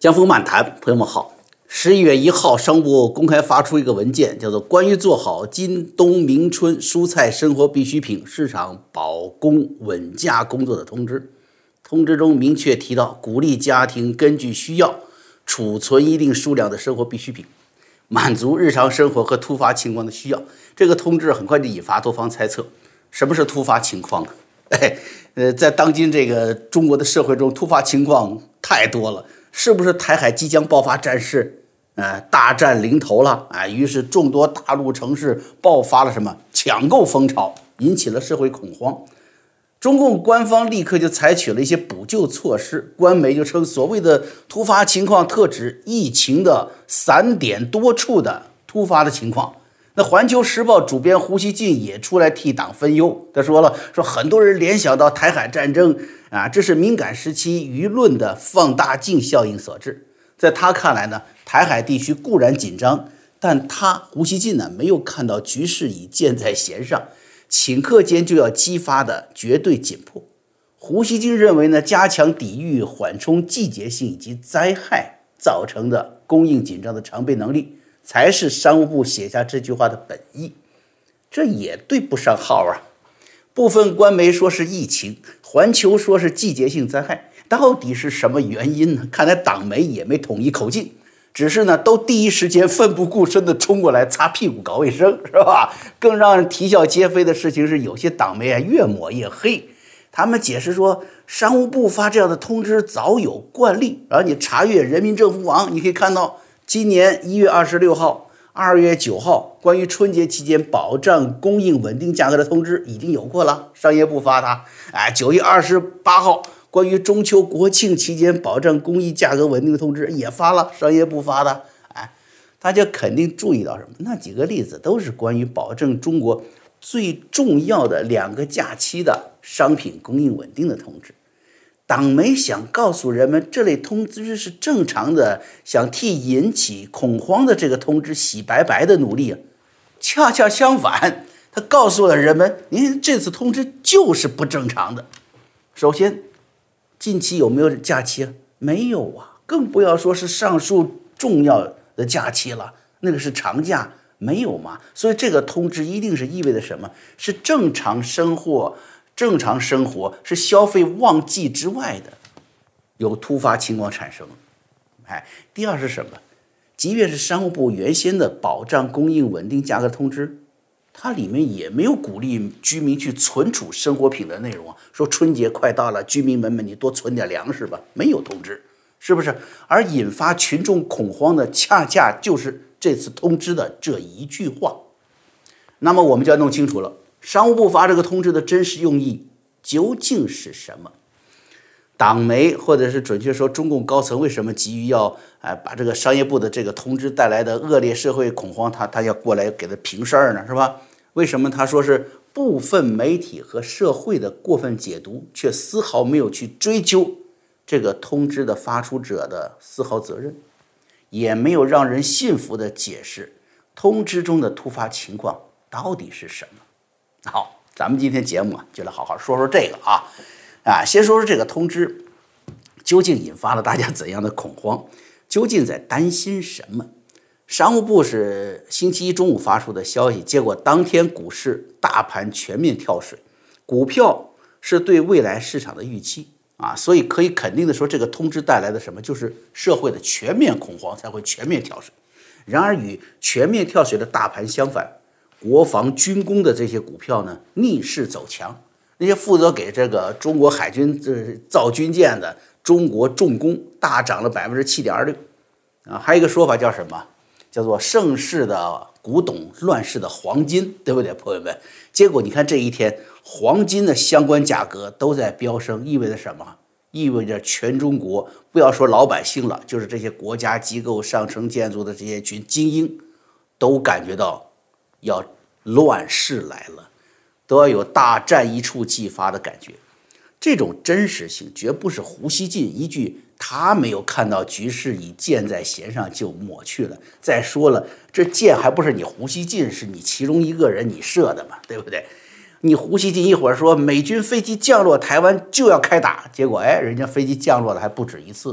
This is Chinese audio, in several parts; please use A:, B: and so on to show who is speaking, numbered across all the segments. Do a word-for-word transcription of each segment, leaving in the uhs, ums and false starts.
A: 江峰漫谈，朋友们好。十一月一号，商务部公开发出一个文件，叫做《关于做好今冬明春蔬菜生活必需品市场保供稳价工作的通知》。通知中明确提到，鼓励家庭根据需要储存一定数量的生活必需品，满足日常生活和突发情况的需要。这个通知很快就引发多方猜测，什么是突发情况啊？哎，呃，在当今这个中国的社会中，突发情况太多了。是不是台海即将爆发战事？呃，大战临头了啊！于是众多大陆城市爆发了什么抢购风潮，引起了社会恐慌。中共官方立刻就采取了一些补救措施，官媒就称所谓的突发情况特指疫情的散点多处的突发的情况。那《环球时报》主编胡锡进也出来替党分忧，他说了，说很多人联想到台海战争啊，这是敏感时期舆论的放大镜效应所致。在他看来呢，台海地区固然紧张，但他胡锡进呢没有看到局势已箭在弦上，顷刻间就要激发的绝对紧迫。胡锡进认为呢，加强抵御缓冲季节性以及灾害造成的供应紧张的常备能力，才是商务部写下这句话的本意。这也对不上号啊！部分官媒说是疫情，环球说是季节性灾害，到底是什么原因呢？看来党媒也没统一口径，只是呢都第一时间奋不顾身地冲过来擦屁股搞卫生，是吧？更让人啼笑皆非的事情是，有些党媒啊越抹越黑。他们解释说，商务部发这样的通知早有惯例，然后你查阅人民政府网，你可以看到今年一月二十六号、二月九号关于春节期间保障供应稳定价格的通知已经有过了，商业部发的。哎，九月二十八号关于中秋国庆期间保障供应价格稳定的通知也发了，商业部发的。哎，大家肯定注意到什么？那几个例子都是关于保证中国最重要的两个假期的商品供应稳定的通知。党媒想告诉人们，这类通知是正常的，想替引起恐慌的这个通知洗白白的努力啊。恰恰相反，他告诉了人们，你看这次通知就是不正常的。首先，近期有没有假期啊？没有啊，更不要说是上述重要的假期了，那个是长假，没有嘛。所以这个通知一定是意味着什么？是正常生活。正常生活是消费旺季之外的，有突发情况产生。哎，第二是什么？即便是商务部原先的保障供应稳定价格通知，它里面也没有鼓励居民去存储生活品的内容啊。说春节快到了，居民们们你多存点粮食吧，没有通知，是不是？而引发群众恐慌的，恰恰就是这次通知的这一句话。那么我们就要弄清楚了。商务部发这个通知的真实用意究竟是什么？党媒或者是准确说中共高层为什么急于要哎把这个商业部的这个通知带来的恶劣社会恐慌，他他要过来给他平事儿呢，是吧？为什么他说是部分媒体和社会的过分解读，却丝毫没有去追究这个通知的发出者的丝毫责任，也没有让人信服的解释通知中的突发情况到底是什么？好，咱们今天节目啊，就来好好说说这个啊，啊，先说说这个通知究竟引发了大家怎样的恐慌，究竟在担心什么？商务部是星期一中午发出的消息，结果当天股市大盘全面跳水，股票是对未来市场的预期啊，所以可以肯定的说，这个通知带来的什么，就是社会的全面恐慌才会全面跳水。然而与全面跳水的大盘相反，国防军工的这些股票呢，逆势走强。那些负责给这个中国海军这造军舰的中国重工大涨了百分之七点二六啊。还有一个说法叫什么？叫做盛世的古董，乱世的黄金，对不对，朋友们？结果你看这一天，黄金的相关价格都在飙升，意味着什么？意味着全中国，不要说老百姓了，就是这些国家机构、上层建筑的这些群精英，都感觉到要乱世来了，都要有大战一触即发的感觉。这种真实性绝不是胡锡进一句他没有看到局势已箭在弦上就抹去了。再说了，这箭还不是你胡锡进，是你其中一个人你射的嘛，对不对？你胡锡进一会儿说美军飞机降落台湾就要开打，结果哎，人家飞机降落了还不止一次了。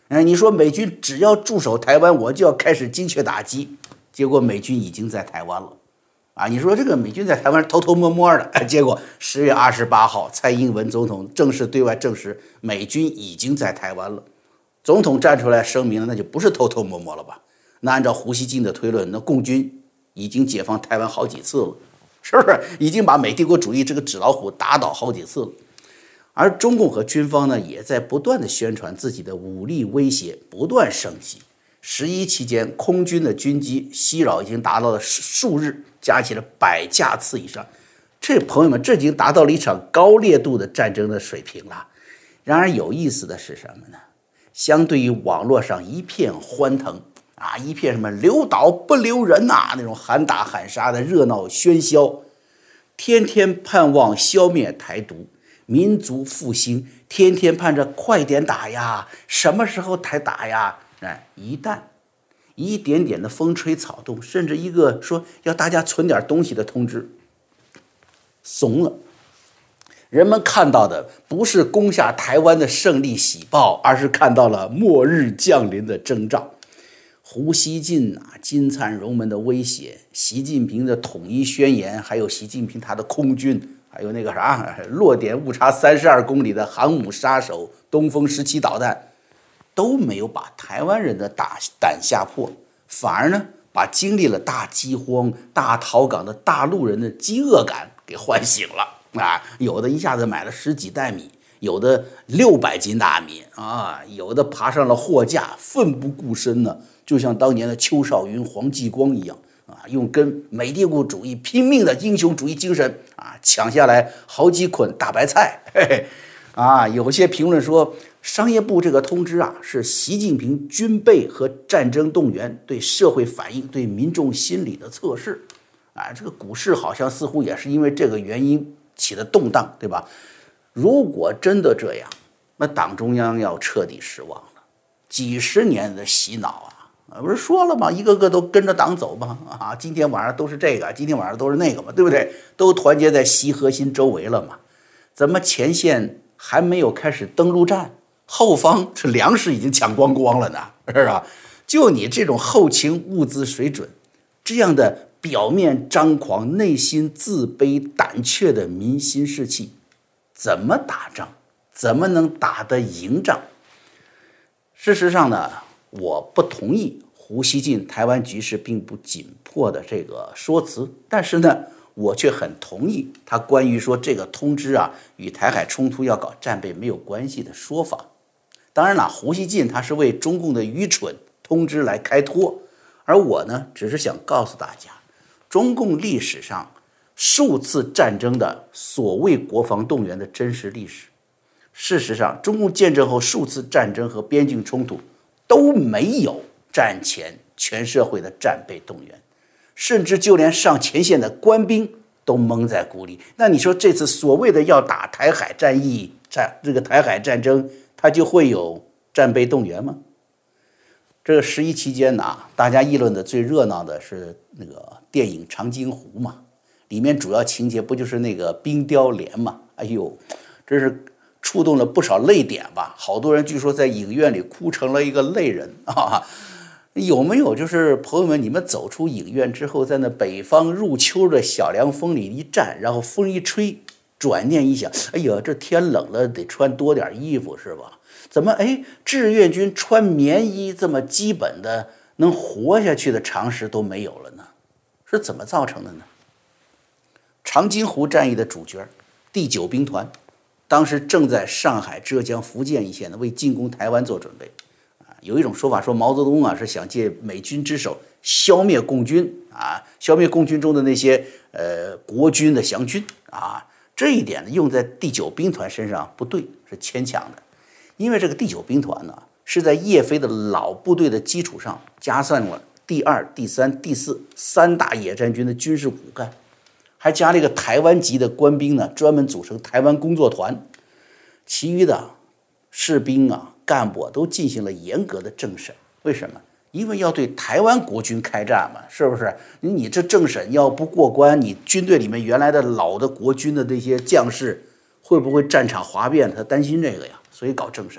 A: 哎，你说美军只要驻守台湾，我就要开始精确打击，结果美军已经在台湾了。啊，你说这个美军在台湾偷偷摸摸的，结果十月二十八号，蔡英文总统正式对外证实，美军已经在台湾了。总统站出来声明了，那就不是偷偷摸摸了吧？那按照胡锡进的推论，那共军已经解放台湾好几次了，是不是？已经把美帝国主义这个纸老虎打倒好几次了。而中共和军方呢，也在不断的宣传自己的武力威胁不断升级。十一期间，空军的军机袭扰已经达到了数日，加起了百架次以上。这朋友们，这已经达到了一场高烈度的战争的水平了。然而有意思的是什么呢？相对于网络上一片欢腾啊，一片什么留岛不留人呐、啊，那种喊打喊杀的热闹喧嚣，天天盼望消灭台独、民族复兴，天天盼着快点打呀，什么时候才打呀？哎，一旦一点点的风吹草动，甚至一个说要大家存点东西的通知怂了，人们看到的不是攻下台湾的胜利喜报，而是看到了末日降临的征兆。胡锡进啊，金灿荣门的威胁，习近平的统一宣言，还有习近平他的空军，还有那个啥落点误差三十二公里的航母杀手东风十七导弹，都没有把台湾人的大胆吓破，反而呢，把经历了大饥荒、大逃港的大陆人的饥饿感给唤醒了啊！有的一下子买了十几袋米，有的六百斤大米啊，有的爬上了货架，奋不顾身呢，就像当年的邱少云、黄继光一样啊，用跟美帝国主义拼命的英雄主义精神啊，抢下来好几捆大白菜。嘿嘿啊，有些评论说，商业部这个通知啊，是习近平军备和战争动员对社会反应、对民众心理的测试。啊，这个股市好像似乎也是因为这个原因起的动荡，对吧？如果真的这样，那党中央要彻底失望了。几十年的洗脑啊，不是说了吗？一个个都跟着党走吧，啊，今天晚上都是这个，今天晚上都是那个嘛，对不对？都团结在习核心周围了嘛？怎么前线还没有开始登陆战，后方这粮食已经抢光光了呢？是吧？就你这种后勤物资水准，这样的表面张狂、内心自卑、胆怯的民心士气，怎么打仗？怎么能打得赢仗？事实上呢，我不同意胡锡进台湾局势并不紧迫的这个说辞，但是呢，我却很同意他关于说这个通知啊与台海冲突要搞战备没有关系的说法。当然了，胡锡进他是为中共的愚蠢通知来开脱，而我呢，只是想告诉大家，中共历史上数次战争的所谓国防动员的真实历史。事实上，中共建政后数次战争和边境冲突都没有战前全社会的战备动员，甚至就连上前线的官兵都蒙在鼓里。那你说这次所谓的要打台海战役战这个台海战争，它就会有战备动员吗？这个十一期间呢，大家议论的最热闹的是那个电影《长津湖》嘛，里面主要情节不就是那个冰雕连嘛？哎呦，真是触动了不少泪点吧？好多人据说在影院里哭成了一个泪人啊！有没有就是朋友们，你们走出影院之后，在那北方入秋的小凉风里一站，然后风一吹，转念一想，哎呀，这天冷了，得穿多点衣服是吧？怎么哎，志愿军穿棉衣这么基本的能活下去的常识都没有了呢？是怎么造成的呢？长津湖战役的主角第九兵团，当时正在上海、浙江、福建一线的为进攻台湾做准备。啊，有一种说法说毛泽东啊是想借美军之手消灭共军啊，消灭共军中的那些呃国军的降军啊。这一点呢用在第九兵团身上不对，是牵强的。因为这个第九兵团呢，是在叶飞的老部队的基础上，加上了第二、第三、第四三大野战军的军事骨干，还加了一个台湾籍的官兵呢，专门组成台湾工作团。其余的士兵啊、干部啊都进行了严格的政审。为什么？因为要对台湾国军开战嘛，是不是？你这政审要不过关，你军队里面原来的老的国军的那些将士会不会战场哗变？他担心这个呀。所以搞政审，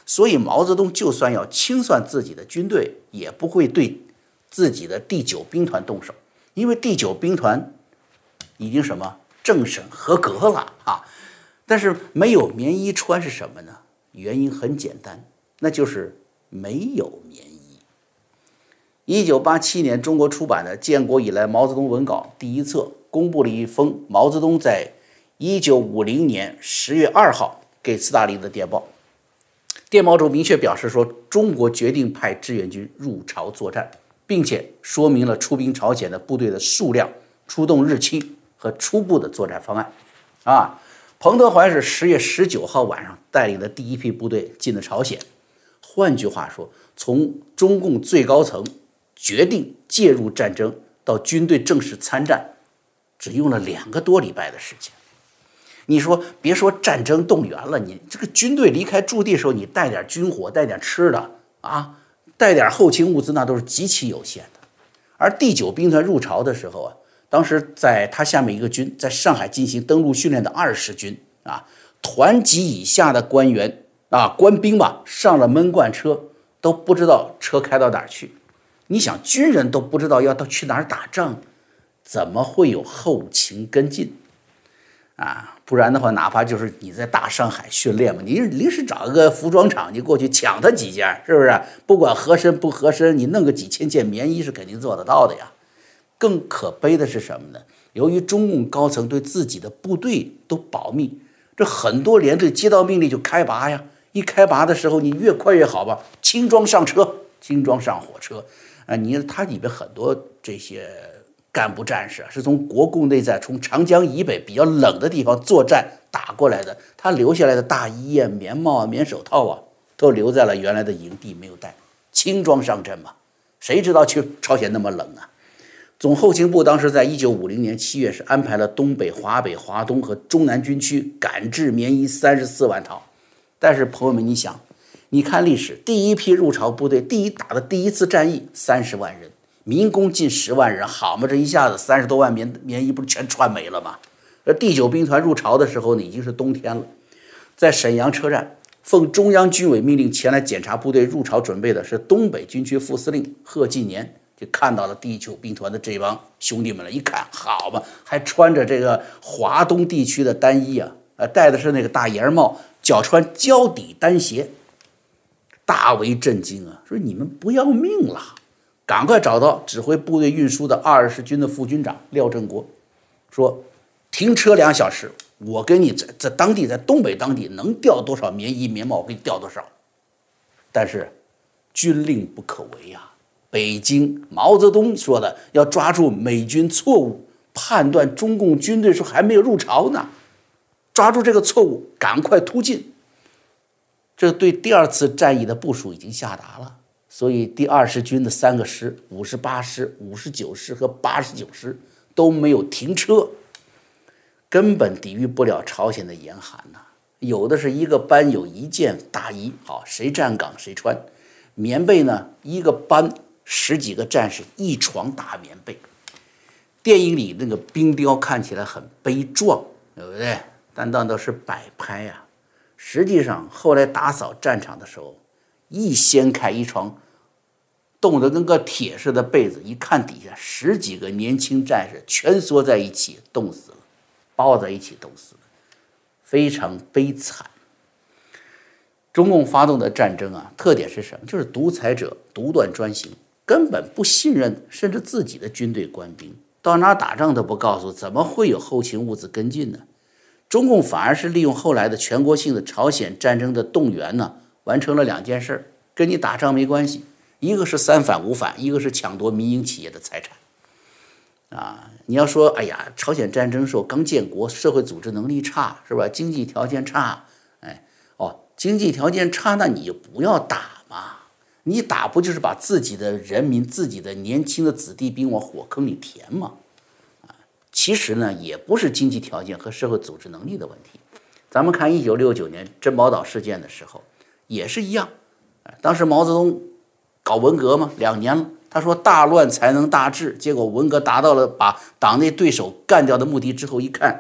A: 所以毛泽东就算要清算自己的军队，也不会对自己的第九兵团动手，因为第九兵团已经什么政审合格了啊。但是没有棉衣穿是什么呢？原因很简单，那就是没有棉衣。一九八七年，中国出版的《建国以来毛泽东文稿》第一册公布了一封毛泽东在一九五零年十月二号给斯大林的电报。电报中明确表示说，中国决定派志愿军入朝作战，并且说明了出兵朝鲜的部队的数量、出动日期和初步的作战方案。啊，彭德怀是十月十九号晚上带领的第一批部队进了朝鲜。换句话说，从中共最高层决定介入战争到军队正式参战，只用了两个多礼拜的时间。你说别说战争动员了，你这个军队离开驻地的时候，你带点军火，带点吃的啊，带点后勤物资，那都是极其有限的。而第九兵团入朝的时候啊，当时在他下面一个军在上海进行登陆训练的二十军啊，团级以下的官员啊官兵吧，上了闷罐车，都不知道车开到哪儿去。你想，军人都不知道要到去哪儿打仗，怎么会有后勤跟进啊？不然的话，哪怕就是你在大上海训练嘛，你临时找一个服装厂，你过去抢他几件，是不是？不管合身不合身，你弄个几千件棉衣是肯定做得到的呀。更可悲的是什么呢？由于中共高层对自己的部队都保密，这很多连队接到命令就开拔呀。一开拔的时候，你越快越好吧，轻装上车，轻装上火车。啊，你它里边很多这些干部战士是从国共内战、从长江以北比较冷的地方作战打过来的，他留下来的大衣啊、棉帽啊、棉手套啊，都留在了原来的营地，没有带，轻装上阵嘛。谁知道去朝鲜那么冷啊？总后勤部当时在一九五零年七月是安排了东北、华北、华东和中南军区赶制棉衣三十四万套。但是朋友们，你想，你看历史，第一批入朝部队，第一打的第一次战役三十万人，民工近十万人，好嘛，这一下子三十多万棉棉衣不是全穿没了吗？而第九兵团入朝的时候呢，已经是冬天了，在沈阳车站，奉中央军委命令前来检查部队入朝准备的是东北军区副司令贺继年，就看到了第九兵团的这帮兄弟们了，一看，好吧，还穿着这个华东地区的单衣啊，呃，戴的是那个大檐帽，脚穿胶底单鞋，大为震惊啊！说你们不要命了，赶快找到指挥部队运输的二十军的副军长廖振国，说停车两小时，我给你在在当地，在东北当地能调多少棉衣棉帽，我给你调多少。但是军令不可违啊！北京毛泽东说的要抓住美军错误，判断中共军队说还没有入朝呢，抓住这个错误，赶快突进。这对第二次战役的部署已经下达了，所以第二十军的三个师、五十八师、五十九师和八十九师都没有停车，根本抵御不了朝鲜的严寒呐、啊。有的是一个班有一件大衣，好，谁站岗谁穿。棉被呢，一个班十几个战士一床大棉被。电影里那个冰雕看起来很悲壮，对不对？但那都是摆拍呀、啊。实际上，后来打扫战场的时候，一掀开一床冻得跟个铁似的被子，一看底下十几个年轻战士蜷缩在一起，冻死了，抱在一起冻死了，非常悲惨。中共发动的战争啊，特点是什么？就是独裁者独断专行，根本不信任甚至自己的军队官兵，到哪打仗都不告诉，怎么会有后勤物资跟进呢？中共反而是利用后来的全国性的朝鲜战争的动员呢，完成了两件事，跟你打仗没关系，一个是三反五反，一个是抢夺民营企业的财产。啊，你要说，哎呀，朝鲜战争时候刚建国，社会组织能力差，是吧？经济条件差，哎，哦，经济条件差，那你就不要打嘛。你打不就是把自己的人民、自己的年轻的子弟兵往火坑里填吗？其实呢，也不是经济条件和社会组织能力的问题。咱们看一九六九年珍宝岛事件的时候，也是一样。当时毛泽东搞文革嘛，两年了，他说大乱才能大治，结果文革达到了把党内对手干掉的目的之后，一看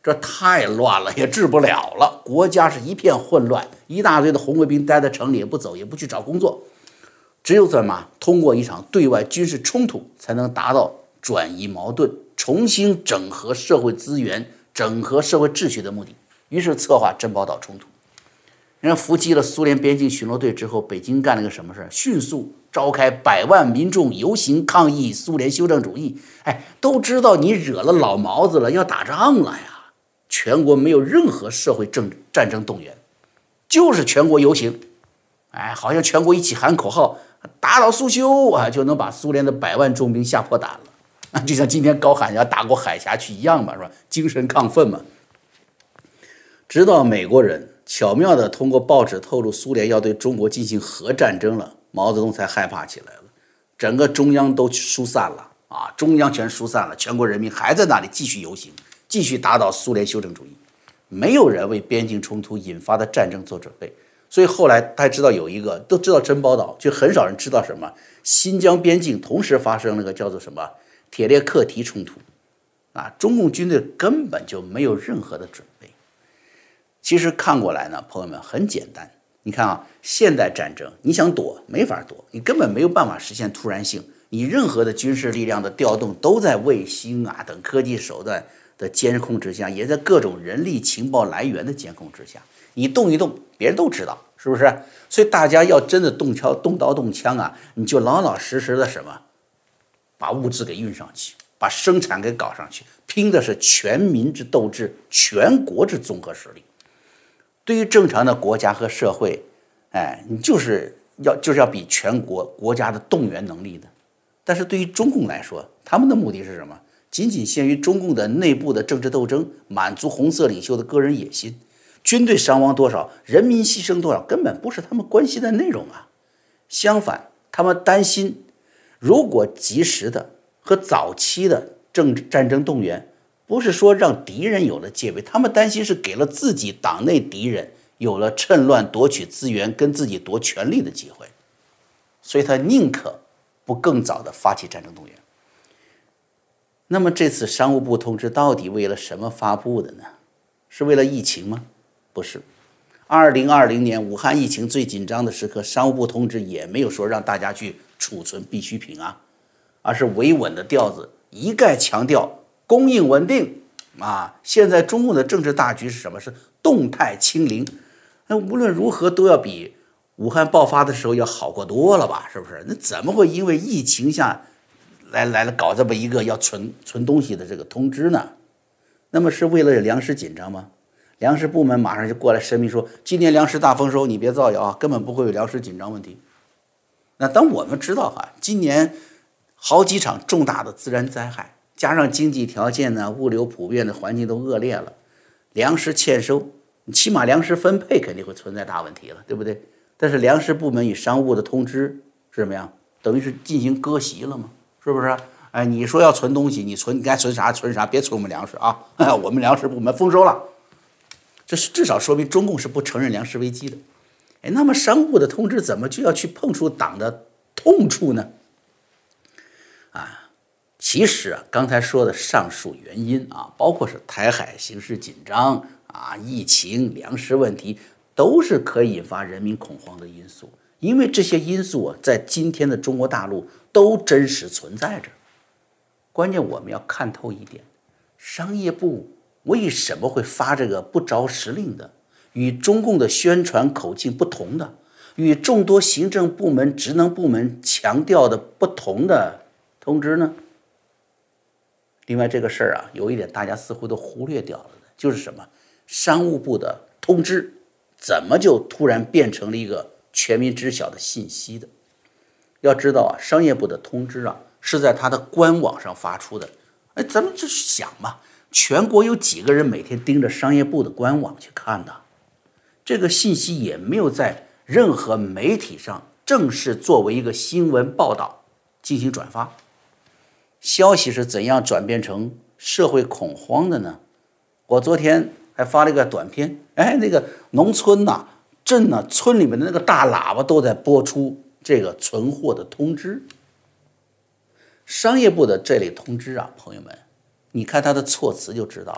A: 这太乱了，也治不了了。国家是一片混乱，一大堆的红卫兵待在城里也不走，也不去找工作。只有怎么通过一场对外军事冲突，才能达到转移矛盾、重新整合社会资源、整合社会秩序的目的。于是策划珍宝岛冲突。人家伏击了苏联边境巡逻队之后，北京干了个什么事？迅速召开百万民众游行抗议苏联修正主义。哎，都知道你惹了老毛子了，要打仗了呀。全国没有任何社会政战争动员，就是全国游行。哎，好像全国一起喊口号，打倒苏修啊，就能把苏联的百万重兵吓破胆了。就像今天高喊要打过海峡去一样嘛，是吧？精神亢奋嘛。直到美国人巧妙地通过报纸透露苏联要对中国进行核战争了，毛泽东才害怕起来了。整个中央都疏散了啊，中央全疏散了，全国人民还在那里继续游行，继续打倒苏联修正主义。没有人为边境冲突引发的战争做准备。所以后来大家知道有一个，都知道珍宝岛，就很少人知道什么新疆边境同时发生了个叫做什么铁列克提冲突啊，中共军队根本就没有任何的准备。其实看过来呢，朋友们很简单。你看啊，现代战争你想躲没法躲，你根本没有办法实现突然性，你任何的军事力量的调动都在卫星啊等科技手段的监控之下，也在各种人力情报来源的监控之下，你动一动别人都知道，是不是？所以大家要真的动枪动刀动枪啊，你就老老实实的什么把物资给运上去，把生产给搞上去，拼的是全民之斗志，全国之综合实力。对于正常的国家和社会，哎，你就是要就是要比全国国家的动员能力的。但是对于中共来说，他们的目的是什么？仅仅限于中共的内部的政治斗争，满足红色领袖的个人野心。军队伤亡多少，人民牺牲多少，根本不是他们关心的内容啊。相反，他们担心，如果及时的和早期的政治战争动员，不是说让敌人有了戒备，他们担心是给了自己党内敌人有了趁乱夺取资源跟自己夺权力的机会，所以他宁可不更早的发起战争动员。那么这次商务部通知到底为了什么发布的呢？是为了疫情吗？不是。二零二零年武汉疫情最紧张的时刻，商务部通知也没有说让大家去储存必需品啊，而是维稳的调子，一概强调供应稳定啊。现在中共的政治大局是什么？是动态清零。那无论如何都要比武汉爆发的时候要好过多了吧？是不是？那怎么会因为疫情下来来了搞这么一个要存存东西的这个通知呢？那么是为了粮食紧张吗？粮食部门马上就过来声明说，今年粮食大丰收，你别造谣啊，根本不会有粮食紧张问题。那当我们知道哈、啊，今年好几场重大的自然灾害，加上经济条件呢、物流普遍的环境都恶劣了，粮食欠收，起码粮食分配肯定会存在大问题了，对不对？但是粮食部门与商务部的通知是什么样？等于是进行割席了吗？是不是？哎，你说要存东西，你存你该存啥存啥，别存我们粮食啊！我们粮食部门丰收了，这是至少说明中共是不承认粮食危机的。哎，那么商务部的通知怎么就要去碰触党的痛处呢？啊，其实啊，刚才说的上述原因啊，包括是台海形势紧张啊、疫情、粮食问题，都是可以引发人民恐慌的因素。因为这些因素啊，在今天的中国大陆都真实存在着。关键我们要看透一点，商业部为什么会发这个不着实令的，与中共的宣传口径不同的，与众多行政部门、职能部门强调的不同的通知呢？另外这个事儿啊，有一点大家似乎都忽略掉了的，就是什么？商务部的通知怎么就突然变成了一个全民知晓的信息的？要知道啊，商业部的通知啊，是在他的官网上发出的。哎，咱们就想嘛，全国有几个人每天盯着商业部的官网去看的？这个信息也没有在任何媒体上正式作为一个新闻报道进行转发。消息是怎样转变成社会恐慌的呢？我昨天还发了一个短片，哎，那个农村呐、啊、镇呐、啊、村里面的那个大喇叭都在播出这个存货的通知。商业部的这类通知啊，朋友们，你看他的措辞就知道了，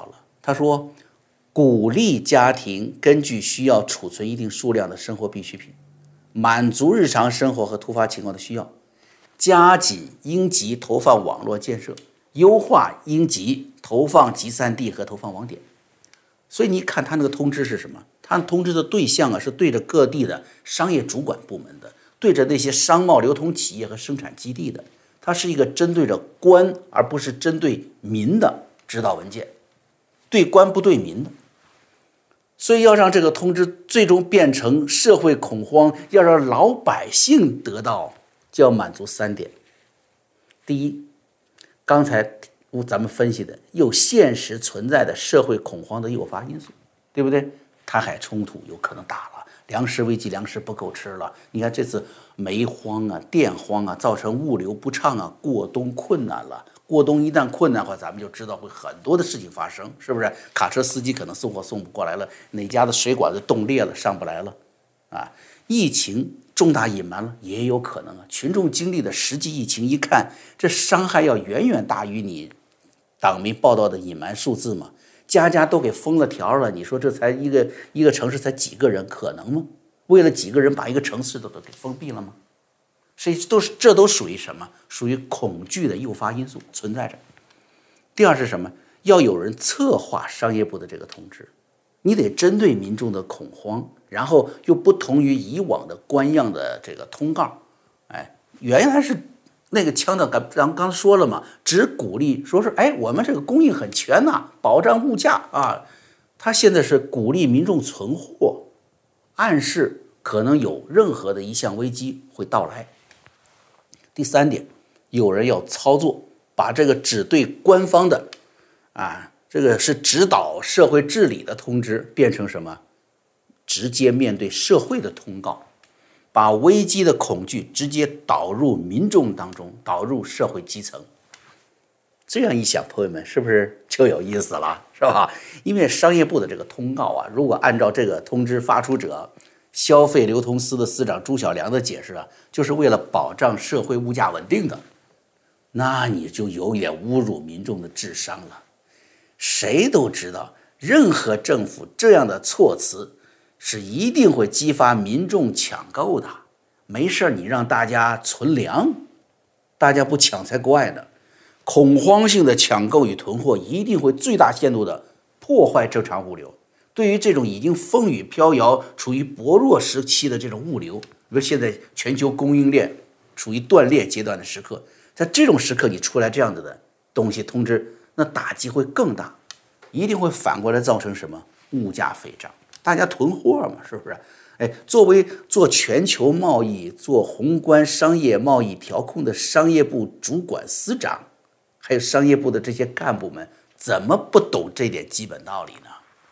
A: 他说，鼓励家庭根据需要储存一定数量的生活必需品，满足日常生活和突发情况的需要，加紧应急投放网络建设，优化应急投放集散地和投放网点。所以你看他那个通知是什么？他通知的对象啊是对着各地的商业主管部门的，对着那些商贸流通企业和生产基地的。它是一个针对着官而不是针对民的指导文件，对官不对民的。所以要让这个通知最终变成社会恐慌，要让老百姓得到，就要满足三点。第一，刚才咱们分析的有现实存在的社会恐慌的诱发因素，对不对？台海冲突有可能打了，粮食危机，粮食不够吃了。你看这次煤荒啊、电荒啊，造成物流不畅啊，过冬困难了。过冬一旦困难的话，咱们就知道会很多的事情发生，是不是？卡车司机可能送货送不过来了，哪家的水管子冻裂了，上不来了，啊，疫情重大隐瞒了，也有可能啊。群众经历的实际疫情一看，这伤害要远远大于你党媒报道的隐瞒数字嘛。家家都给封了条了，你说这才一个一个城市才几个人，可能吗？为了几个人把一个城市都都给封闭了吗？所以都是这都属于什么？属于恐惧的诱发因素存在着。第二是什么？要有人策划商业部的这个通知，你得针对民众的恐慌，然后又不同于以往的官样的这个通告。哎，原来是那个腔调，咱刚说了嘛，只鼓励说是哎，我们这个供应很全呐、啊，保障物价啊。他现在是鼓励民众存货，暗示可能有任何的一项危机会到来。第三点，有人要操作，把这个只对官方的啊，这个是指导社会治理的通知变成什么？直接面对社会的通告，把危机的恐惧直接导入民众当中，导入社会基层。这样一想，朋友们是不是就有意思了，是吧？因为商业部的这个通告啊，如果按照这个通知发出者消费流通司的司长朱晓良的解释啊，就是为了保障社会物价稳定的，那你就有点侮辱民众的智商了。谁都知道，任何政府这样的措辞是一定会激发民众抢购的。没事你让大家存粮，大家不抢才怪呢。恐慌性的抢购与囤货一定会最大限度的破坏正常物流。对于这种已经风雨飘摇、处于薄弱时期的这种物流，比如现在全球供应链处于断裂阶段的时刻，在这种时刻你出来这样子的东西通知，那打击会更大，一定会反过来造成什么？物价飞涨，大家囤货嘛，是不是？哎，作为做全球贸易、做宏观商业贸易调控的商业部主管司长，还有商业部的这些干部们，怎么不懂这点基本道理呢？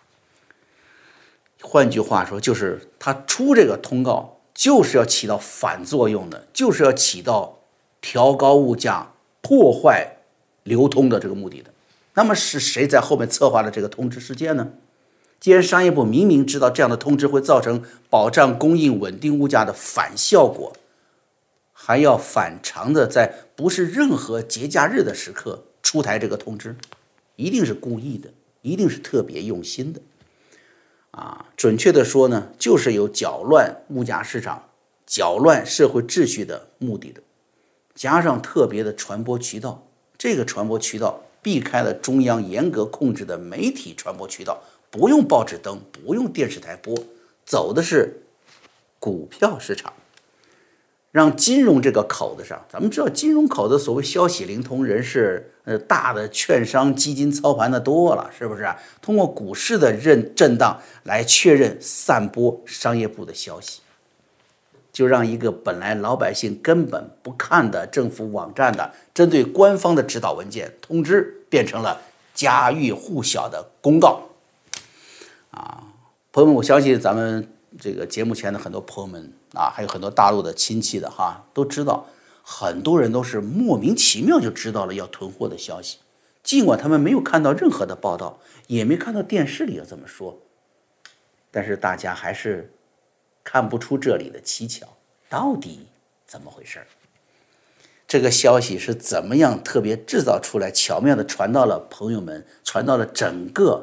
A: 换句话说，就是他出这个通告，就是要起到反作用的，就是要起到调高物价、破坏流通的这个目的的。那么是谁在后面策划了这个通知事件呢？既然商业部明明知道这样的通知会造成保障供应、稳定物价的反效果，还要反常的在不是任何节假日的时刻出台这个通知，一定是故意的，一定是特别用心的。啊，准确的说呢，就是有搅乱物价市场、搅乱社会秩序的目的的，加上特别的传播渠道，这个传播渠道避开了中央严格控制的媒体传播渠道，不用报纸登，不用电视台播，走的是股票市场，让金融这个口子上，咱们知道金融口子所谓消息灵通，人是呃大的券商基金操盘的多了，是不是啊？通过股市的震震荡来确认散播商业部的消息，就让一个本来老百姓根本不看的政府网站的针对官方的指导文件通知，变成了家喻户晓的公告。啊，朋友们，我相信咱们这个节目前的很多朋友们啊，还有很多大陆的亲戚的哈，都知道，很多人都是莫名其妙就知道了要囤货的消息，尽管他们没有看到任何的报道，也没看到电视里要这么说，但是大家还是看不出这里的蹊跷，到底怎么回事？这个消息是怎么样特别制造出来，巧妙的传到了朋友们，传到了整个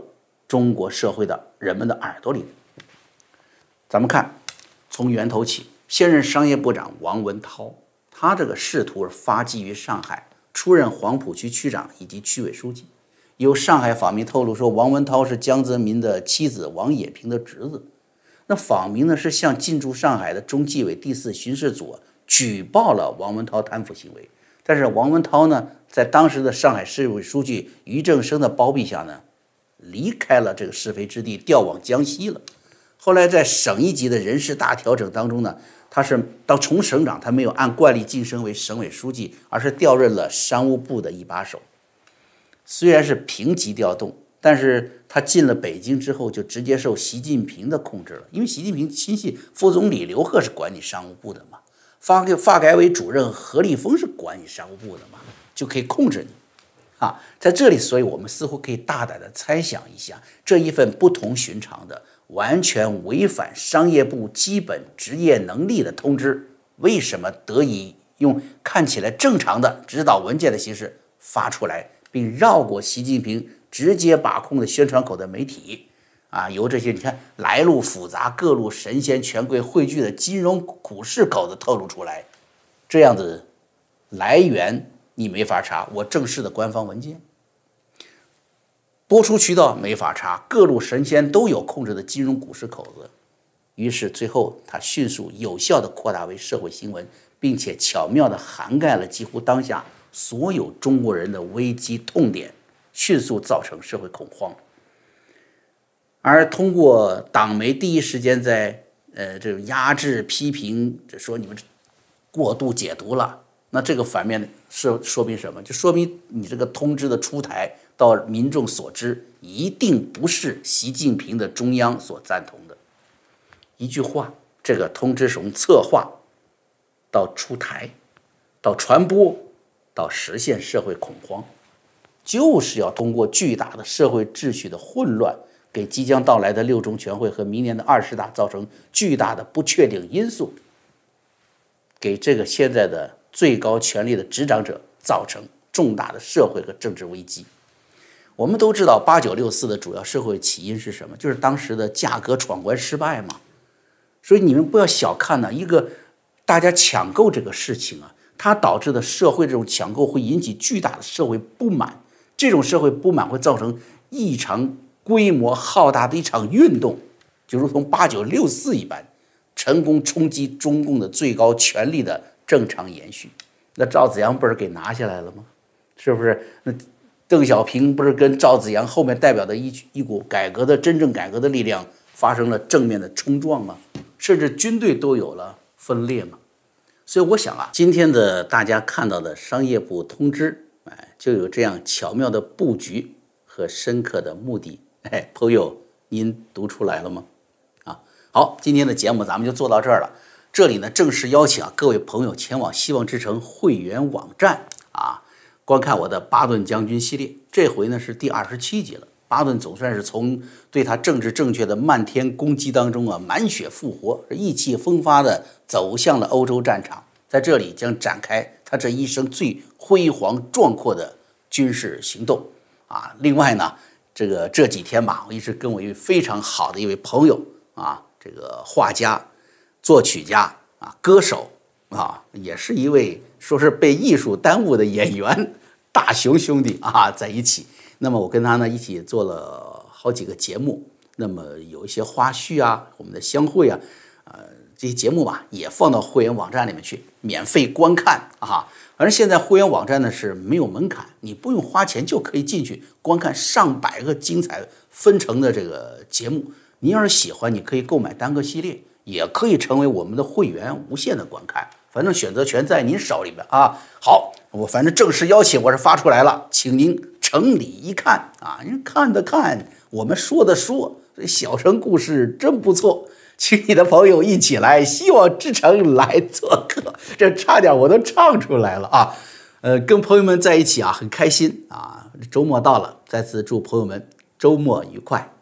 A: 中国社会的人们的耳朵里。咱们看，从源头起，现任商业部长王文涛，他这个仕途发迹于上海，出任黄浦区区长以及区委书记。有上海访民透露说，王文涛是江泽民的妻子王冶平的侄子。那访民呢是向进驻上海的中纪委第四巡视组举报了王文涛贪腐行为，但是王文涛呢，在当时的上海市委书记俞正声的包庇下呢，离开了这个是非之地，调往江西了。后来在省一级的人事大调整当中呢，他是到从省长，他没有按惯例晋升为省委书记，而是调任了商务部的一把手。虽然是平级调动，但是他进了北京之后，就直接受习近平的控制了，因为习近平亲信副总理刘鹤是管理商务部的嘛，发给发改委主任何立峰是管理商务部的嘛，就可以控制你。啊，在这里，所以我们似乎可以大胆的猜想一下，这一份不同寻常的、完全违反商业部基本职业能力的通知，为什么得以用看起来正常的指导文件的形式发出来，并绕过习近平直接把控的宣传口的媒体？啊，由这些你看来路复杂、各路神仙权贵汇聚的金融股市口子透露出来，这样子来源你没法查，我正式的官方文件，播出渠道没法查，各路神仙都有控制的金融股市口子。于是最后他迅速有效的扩大为社会新闻，并且巧妙的涵盖了几乎当下所有中国人的危机痛点，迅速造成社会恐慌。而通过党媒第一时间在呃这种压制批评，说你们过度解读了，那这个反面是说明什么？就说明你这个通知的出台到民众所知，一定不是习近平的中央所赞同的。一句话，这个通知从策划到出台，到传播，到实现社会恐慌，就是要通过巨大的社会秩序的混乱，给即将到来的六中全会和明年的二十大造成巨大的不确定因素，给这个现在的最高权力的执掌者造成重大的社会和政治危机。我们都知道八九六四的主要社会起因是什么？就是当时的价格闯关失败嘛。所以你们不要小看呢，一个大家抢购这个事情啊，它导致的社会这种抢购会引起巨大的社会不满，这种社会不满会造成异常规模浩大的一场运动，就如同八九六四一般，成功冲击中共的最高权力的正常延续。那赵紫阳不是给拿下来了吗？是不是？那邓小平不是跟赵紫阳后面代表的一一股改革的真正改革的力量发生了正面的冲撞吗？甚至军队都有了分裂吗？所以我想啊，今天的大家看到的商业部通知，哎，就有这样巧妙的布局和深刻的目的。哎，朋友，您读出来了吗？啊，好，今天的节目咱们就做到这儿了。这里呢，正式邀请啊各位朋友前往希望之城会员网站啊，观看我的巴顿将军系列。这回呢是第二十七集了。巴顿总算是从对他政治正确的漫天攻击当中啊满血复活，意气风发的走向了欧洲战场，在这里将展开他这一生最辉煌壮阔的军事行动啊。另外呢，这个这几天吧，我一直跟我一位非常好的一位朋友啊，这个画家、作曲家啊、歌手啊，也是一位说是被艺术耽误的演员大熊兄弟啊在一起。那么我跟他呢一起做了好几个节目，那么有一些花絮啊，我们的相会啊，呃，这些节目吧也放到会员网站里面去免费观看啊。反正现在会员网站呢是没有门槛，你不用花钱就可以进去观看上百个精彩纷呈的这个节目。你要是喜欢，你可以购买单个系列，也可以成为我们的会员，无限的观看。反正选择权在您手里边啊。好，我反正正式邀请我是发出来了，请您城里一看啊，您看的看，我们说的说，这小城故事真不错，请你的朋友一起来希望之城来做客，这差点我都唱出来了啊！呃，跟朋友们在一起啊，很开心啊！周末到了，再次祝朋友们周末愉快。